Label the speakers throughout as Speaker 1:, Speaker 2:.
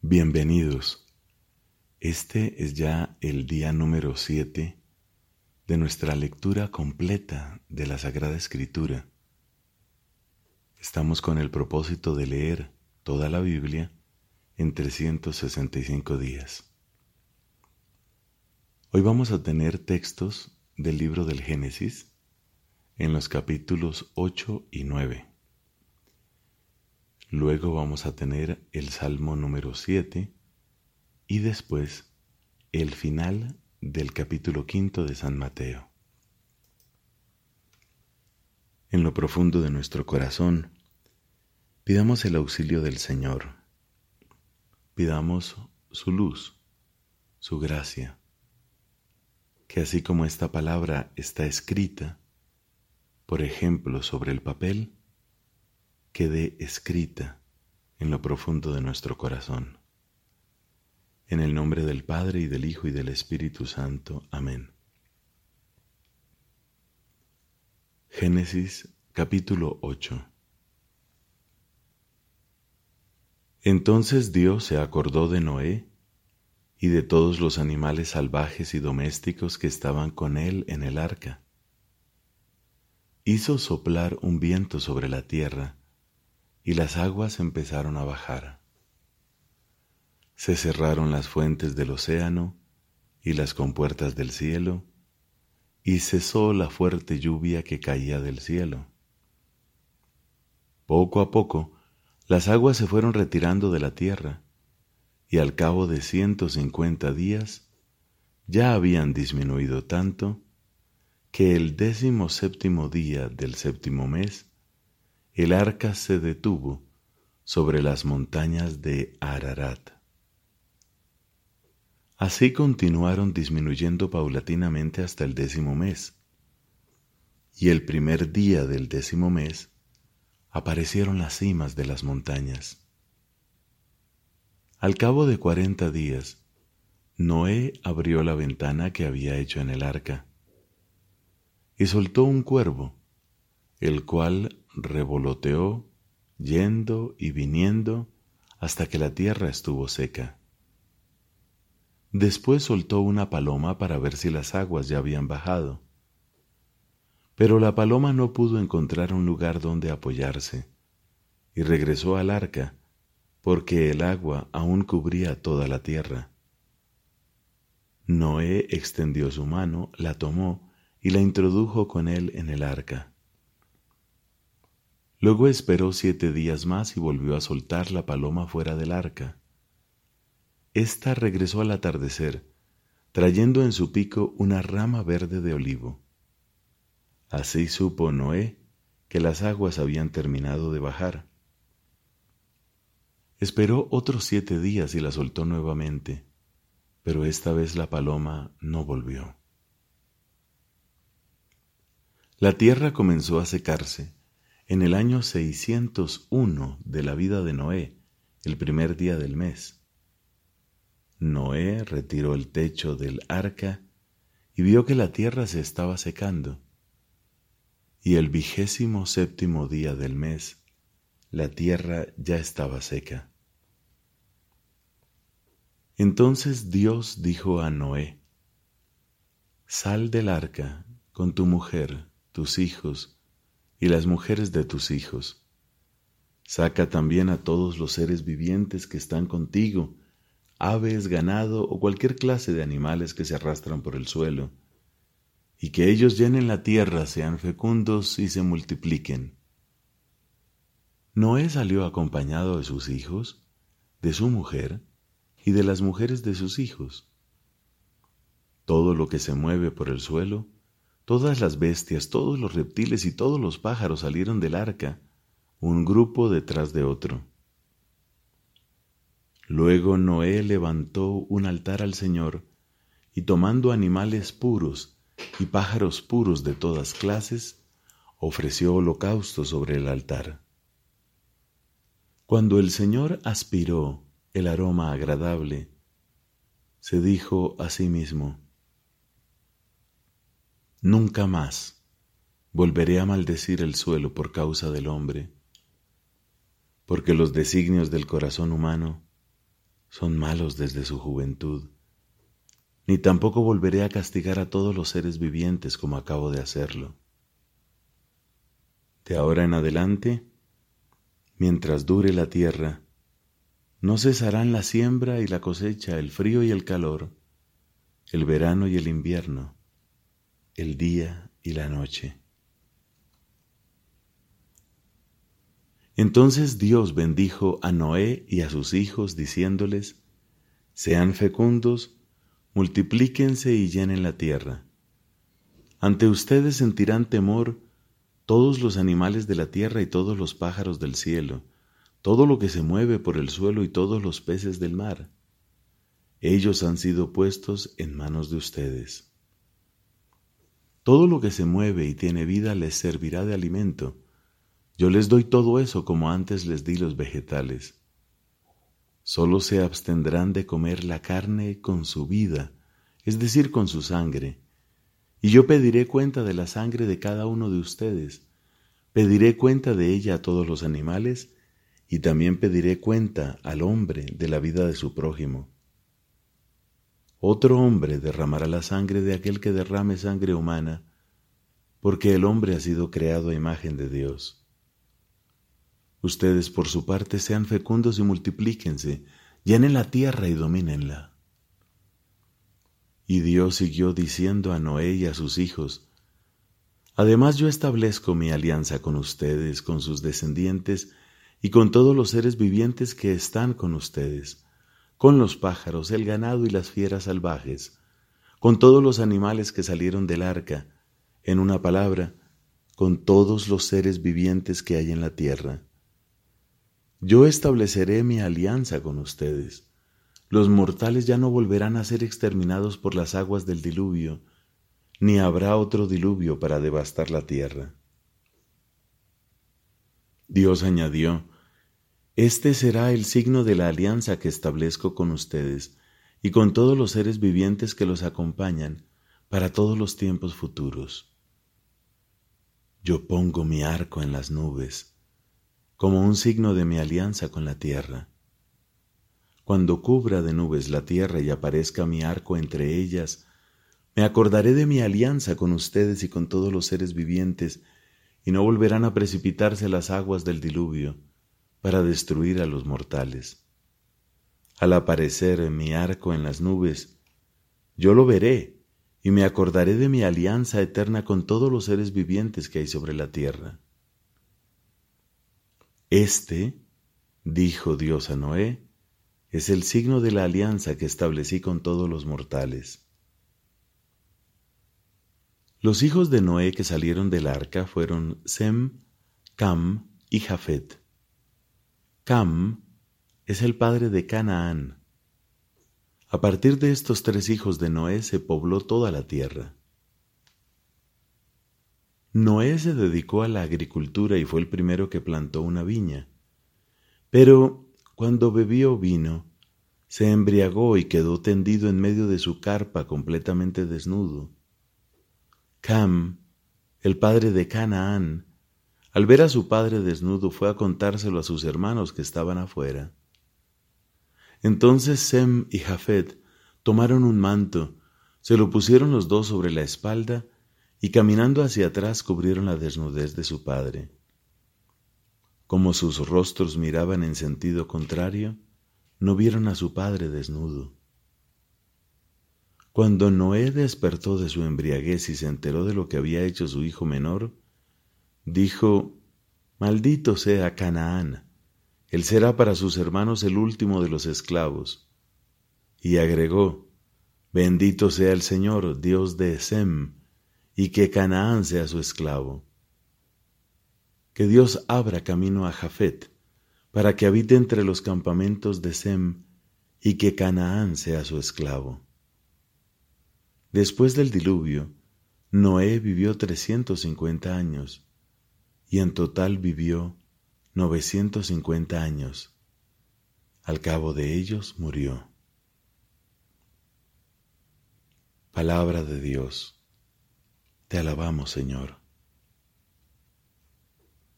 Speaker 1: Bienvenidos. Este es ya el día número 7 de nuestra lectura completa de la Sagrada Escritura. Estamos con el propósito de leer toda la Biblia en 365 días. Hoy vamos a tener textos del libro del Génesis en los capítulos 8 y 9. Luego vamos a tener el Salmo número 7 y después el final del capítulo 5 de San Mateo. En lo profundo de nuestro corazón, pidamos el auxilio del Señor. Pidamos su luz, su gracia, que así como esta palabra está escrita, por ejemplo, sobre el papel, quede escrita en lo profundo de nuestro corazón. En el nombre del Padre, y del Hijo, y del Espíritu Santo. Amén. Génesis capítulo 8. Entonces Dios se acordó de Noé y de todos los animales salvajes y domésticos que estaban con él en el arca. Hizo soplar un viento sobre la tierra, y las aguas empezaron a bajar. Se cerraron las fuentes del océano y las compuertas del cielo, y cesó la fuerte lluvia que caía del cielo. Poco a poco, las aguas se fueron retirando de la tierra, y al cabo de 150 días ya habían disminuido tanto que el 17º día del 7º mes el arca se detuvo sobre las montañas de Ararat. Así continuaron disminuyendo paulatinamente hasta el 10º mes, y el primer día del 10º mes aparecieron las cimas de las montañas. Al cabo de 40 días, Noé abrió la ventana que había hecho en el arca, y soltó un cuervo, el cual revoloteó, yendo y viniendo, hasta que la tierra estuvo seca. Después soltó una paloma para ver si las aguas ya habían bajado. Pero la paloma no pudo encontrar un lugar donde apoyarse, y regresó al arca, porque el agua aún cubría toda la tierra. Noé extendió su mano, la tomó y la introdujo con él en el arca. Luego esperó 7 días más y volvió a soltar la paloma fuera del arca. Esta regresó al atardecer, trayendo en su pico una rama verde de olivo. Así supo Noé que las aguas habían terminado de bajar. Esperó otros 7 días y la soltó nuevamente, pero esta vez la paloma no volvió. La tierra comenzó a secarse en el año 601 de la vida de Noé, el primer día del mes. Noé retiró el techo del arca y vio que la tierra se estaba secando. Y el 27º día del mes, la tierra ya estaba seca. Entonces Dios dijo a Noé: Sal del arca con tu mujer, tus hijos y las mujeres de tus hijos. Saca también a todos los seres vivientes que están contigo, aves, ganado o cualquier clase de animales que se arrastran por el suelo, y que ellos llenen la tierra, sean fecundos y se multipliquen. Noé salió acompañado de sus hijos, de su mujer y de las mujeres de sus hijos. Todo lo que se mueve por el suelo, todas las bestias, todos los reptiles y todos los pájaros salieron del arca, un grupo detrás de otro. Luego Noé levantó un altar al Señor, y tomando animales puros y pájaros puros de todas clases, ofreció holocausto sobre el altar. Cuando el Señor aspiró el aroma agradable, se dijo a sí mismo: Nunca más volveré a maldecir el suelo por causa del hombre, porque los designios del corazón humano son malos desde su juventud, ni tampoco volveré a castigar a todos los seres vivientes como acabo de hacerlo. De ahora en adelante, mientras dure la tierra, no cesarán la siembra y la cosecha, el frío y el calor, el verano y el invierno, el día y la noche. Entonces Dios bendijo a Noé y a sus hijos, diciéndoles: sean fecundos, multiplíquense y llenen la tierra. Ante ustedes sentirán temor todos los animales de la tierra y todos los pájaros del cielo, todo lo que se mueve por el suelo y todos los peces del mar. Ellos han sido puestos en manos de ustedes. Todo lo que se mueve y tiene vida les servirá de alimento. Yo les doy todo eso como antes les di los vegetales. Solo se abstendrán de comer la carne con su vida, es decir, con su sangre. Y yo pediré cuenta de la sangre de cada uno de ustedes. Pediré cuenta de ella a todos los animales, y también pediré cuenta al hombre de la vida de su prójimo. Otro hombre derramará la sangre de aquel que derrame sangre humana, porque el hombre ha sido creado a imagen de Dios. Ustedes por su parte sean fecundos y multiplíquense, llenen la tierra y domínenla. Y Dios siguió diciendo a Noé y a sus hijos: además yo establezco mi alianza con ustedes, con sus descendientes y con todos los seres vivientes que están con ustedes, con los pájaros, el ganado y las fieras salvajes, con todos los animales que salieron del arca, en una palabra, con todos los seres vivientes que hay en la tierra. Yo estableceré mi alianza con ustedes. Los mortales ya no volverán a ser exterminados por las aguas del diluvio, ni habrá otro diluvio para devastar la tierra. Dios añadió: este será el signo de la alianza que establezco con ustedes y con todos los seres vivientes que los acompañan para todos los tiempos futuros. Yo pongo mi arco en las nubes, como un signo de mi alianza con la tierra. Cuando cubra de nubes la tierra y aparezca mi arco entre ellas, me acordaré de mi alianza con ustedes y con todos los seres vivientes, y no volverán a precipitarse las aguas del diluvio para destruir a los mortales. Al aparecer mi arco en las nubes, yo lo veré y me acordaré de mi alianza eterna con todos los seres vivientes que hay sobre la tierra. Este, dijo Dios a Noé, es el signo de la alianza que establecí con todos los mortales. Los hijos de Noé que salieron del arca fueron Sem, Cam y Jafet. Cam es el padre de Canaán. A partir de estos tres hijos de Noé se pobló toda la tierra. Noé se dedicó a la agricultura y fue el primero que plantó una viña. Pero cuando bebió vino, se embriagó y quedó tendido en medio de su carpa completamente desnudo. Cam, el padre de Canaán, al ver a su padre desnudo, fue a contárselo a sus hermanos que estaban afuera. Entonces Sem y Jafet tomaron un manto, se lo pusieron los dos sobre la espalda y caminando hacia atrás cubrieron la desnudez de su padre. Como sus rostros miraban en sentido contrario, no vieron a su padre desnudo. Cuando Noé despertó de su embriaguez y se enteró de lo que había hecho su hijo menor, dijo: maldito sea Canaán, él será para sus hermanos el último de los esclavos. Y agregó: bendito sea el Señor, Dios de Sem, y que Canaán sea su esclavo. Que Dios abra camino a Jafet, para que habite entre los campamentos de Sem, y que Canaán sea su esclavo. Después del diluvio, Noé vivió 350 años, y en total vivió 950 años. Al cabo de ellos murió. Palabra de Dios. Te alabamos, Señor.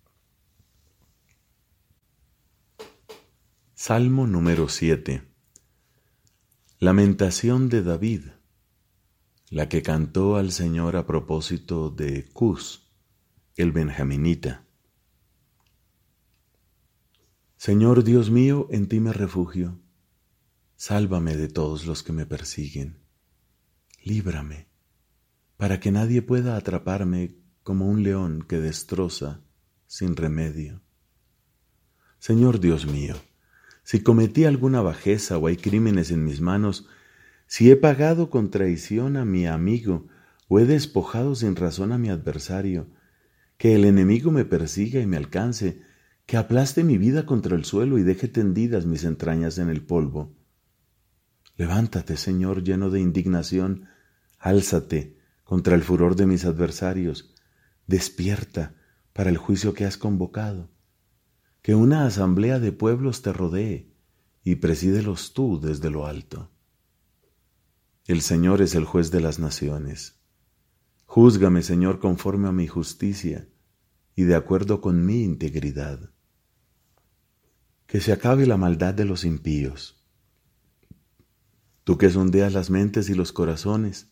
Speaker 1: Salmo número 7. Lamentación de David, la que cantó al Señor a propósito de Cus, el benjaminita. Señor Dios mío, en ti me refugio. Sálvame de todos los que me persiguen. Líbrame, para que nadie pueda atraparme como un león que destroza sin remedio. Señor Dios mío, si cometí alguna bajeza o hay crímenes en mis manos, si he pagado con traición a mi amigo o he despojado sin razón a mi adversario, que el enemigo me persiga y me alcance, que aplaste mi vida contra el suelo y deje tendidas mis entrañas en el polvo. Levántate, Señor, lleno de indignación, álzate contra el furor de mis adversarios, despierta para el juicio que has convocado. Que una asamblea de pueblos te rodee y presídelos tú desde lo alto. El Señor es el juez de las naciones. Júzgame, Señor, conforme a mi justicia y de acuerdo con mi integridad. Que se acabe la maldad de los impíos. Tú que sondeas las mentes y los corazones,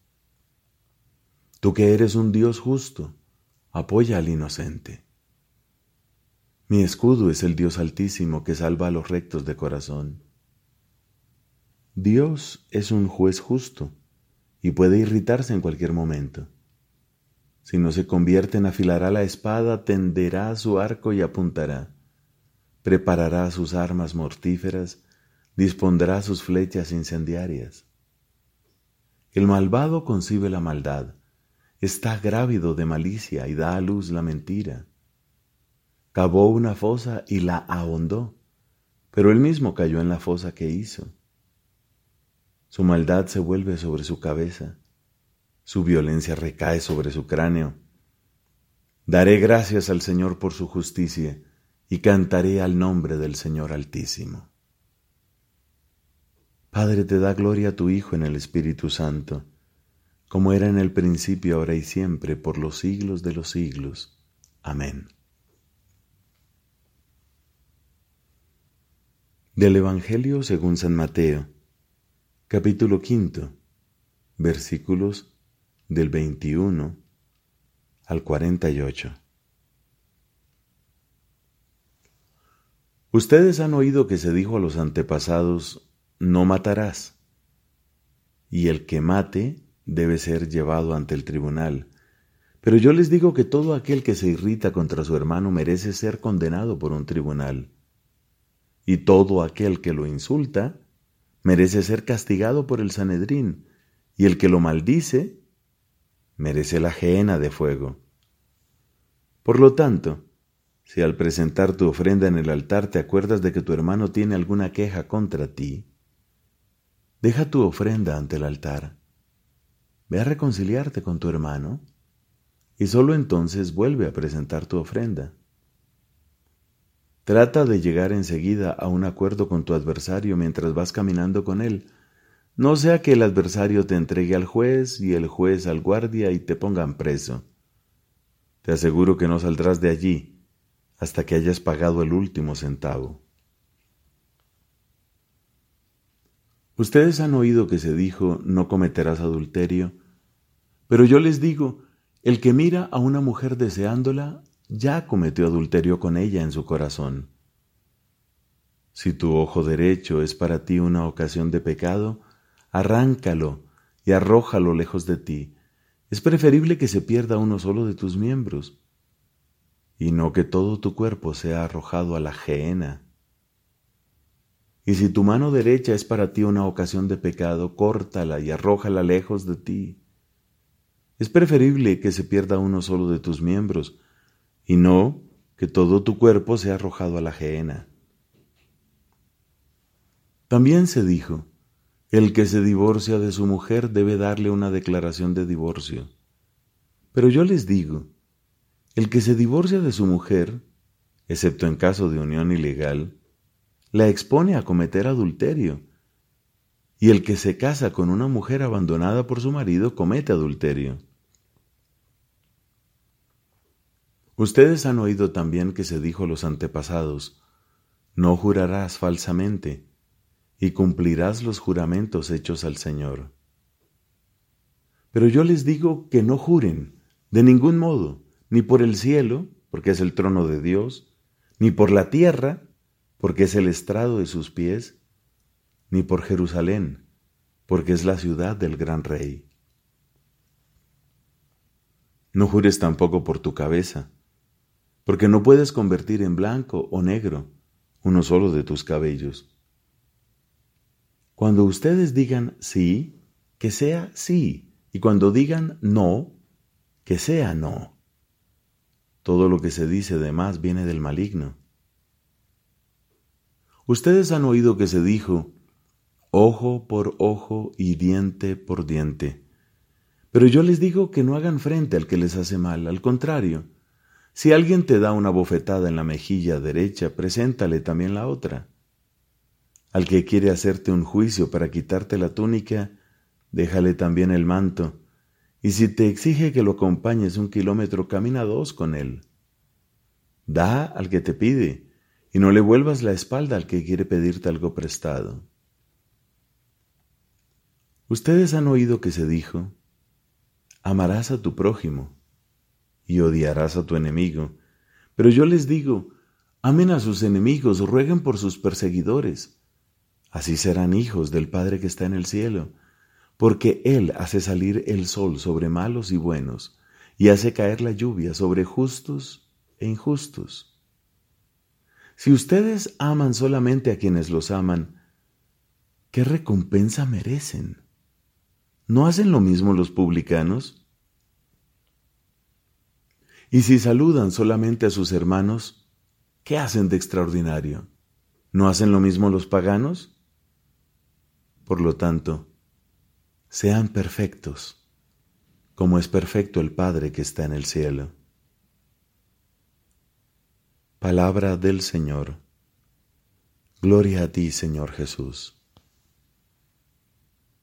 Speaker 1: tú que eres un Dios justo, apoya al inocente. Mi escudo es el Dios Altísimo que salva a los rectos de corazón. Dios es un juez justo y puede irritarse en cualquier momento. Si no se convierten, afilará la espada, tenderá su arco y apuntará. Preparará sus armas mortíferas, dispondrá sus flechas incendiarias. El malvado concibe la maldad, está grávido de malicia y da a luz la mentira. Cavó una fosa y la ahondó, pero él mismo cayó en la fosa que hizo. Su maldad se vuelve sobre su cabeza, su violencia recae sobre su cráneo. Daré gracias al Señor por su justicia y cantaré al nombre del Señor Altísimo. Padre, te da gloria a tu Hijo en el Espíritu Santo, como era en el principio, ahora y siempre, por los siglos de los siglos. Amén. Del Evangelio según San Mateo, capítulo 5, versículos del 21 al 48. Ustedes han oído que se dijo a los antepasados, no matarás, y el que mate debe ser llevado ante el tribunal. Pero yo les digo que todo aquel que se irrita contra su hermano merece ser condenado por un tribunal. Y todo aquel que lo insulta merece ser castigado por el Sanedrín, y el que lo maldice merece la gehenna de fuego. Por lo tanto, si al presentar tu ofrenda en el altar te acuerdas de que tu hermano tiene alguna queja contra ti, deja tu ofrenda ante el altar, ve a reconciliarte con tu hermano, y solo entonces vuelve a presentar tu ofrenda. Trata de llegar enseguida a un acuerdo con tu adversario mientras vas caminando con él, no sea que el adversario te entregue al juez y el juez al guardia y te pongan preso. Te aseguro que no saldrás de allí hasta que hayas pagado el último centavo. Ustedes han oído que se dijo, no cometerás adulterio, pero yo les digo, el que mira a una mujer deseándola, ya cometió adulterio con ella en su corazón. Si tu ojo derecho es para ti una ocasión de pecado, arráncalo y arrójalo lejos de ti. Es preferible que se pierda uno solo de tus miembros, y no que todo tu cuerpo sea arrojado a la gehenna. Y si tu mano derecha es para ti una ocasión de pecado, córtala y arrójala lejos de ti. Es preferible que se pierda uno solo de tus miembros, y no que todo tu cuerpo sea arrojado a la gehenna. También se dijo, el que se divorcia de su mujer debe darle una declaración de divorcio. Pero yo les digo, el que se divorcia de su mujer, excepto en caso de unión ilegal, la expone a cometer adulterio, y el que se casa con una mujer abandonada por su marido comete adulterio. Ustedes han oído también que se dijo a los antepasados, no jurarás falsamente, y cumplirás los juramentos hechos al Señor. Pero yo les digo que no juren, de ningún modo, ni por el cielo, porque es el trono de Dios, ni por la tierra, porque es el estrado de sus pies, ni por Jerusalén, porque es la ciudad del gran Rey. No jures tampoco por tu cabeza, porque no puedes convertir en blanco o negro uno solo de tus cabellos. Cuando ustedes digan sí, que sea sí, y cuando digan no, que sea no. Todo lo que se dice de más viene del maligno. Ustedes han oído que se dijo, ojo por ojo y diente por diente. Pero yo les digo que no hagan frente al que les hace mal, al contrario. Si alguien te da una bofetada en la mejilla derecha, preséntale también la otra. Al que quiere hacerte un juicio para quitarte la túnica, déjale también el manto. Y si te exige que lo acompañes 1 kilómetro, camina 2 con él. Da al que te pide, y no le vuelvas la espalda al que quiere pedirte algo prestado. Ustedes han oído que se dijo, amarás a tu prójimo y odiarás a tu enemigo. Pero yo les digo, amen a sus enemigos, rueguen por sus perseguidores. Así serán hijos del Padre que está en el cielo, porque Él hace salir el sol sobre malos y buenos, y hace caer la lluvia sobre justos e injustos. Si ustedes aman solamente a quienes los aman, ¿qué recompensa merecen? ¿No hacen lo mismo los publicanos? Y si saludan solamente a sus hermanos, ¿qué hacen de extraordinario? ¿No hacen lo mismo los paganos? Por lo tanto, sean perfectos, como es perfecto el Padre que está en el cielo. Palabra del Señor. Gloria a ti, Señor Jesús.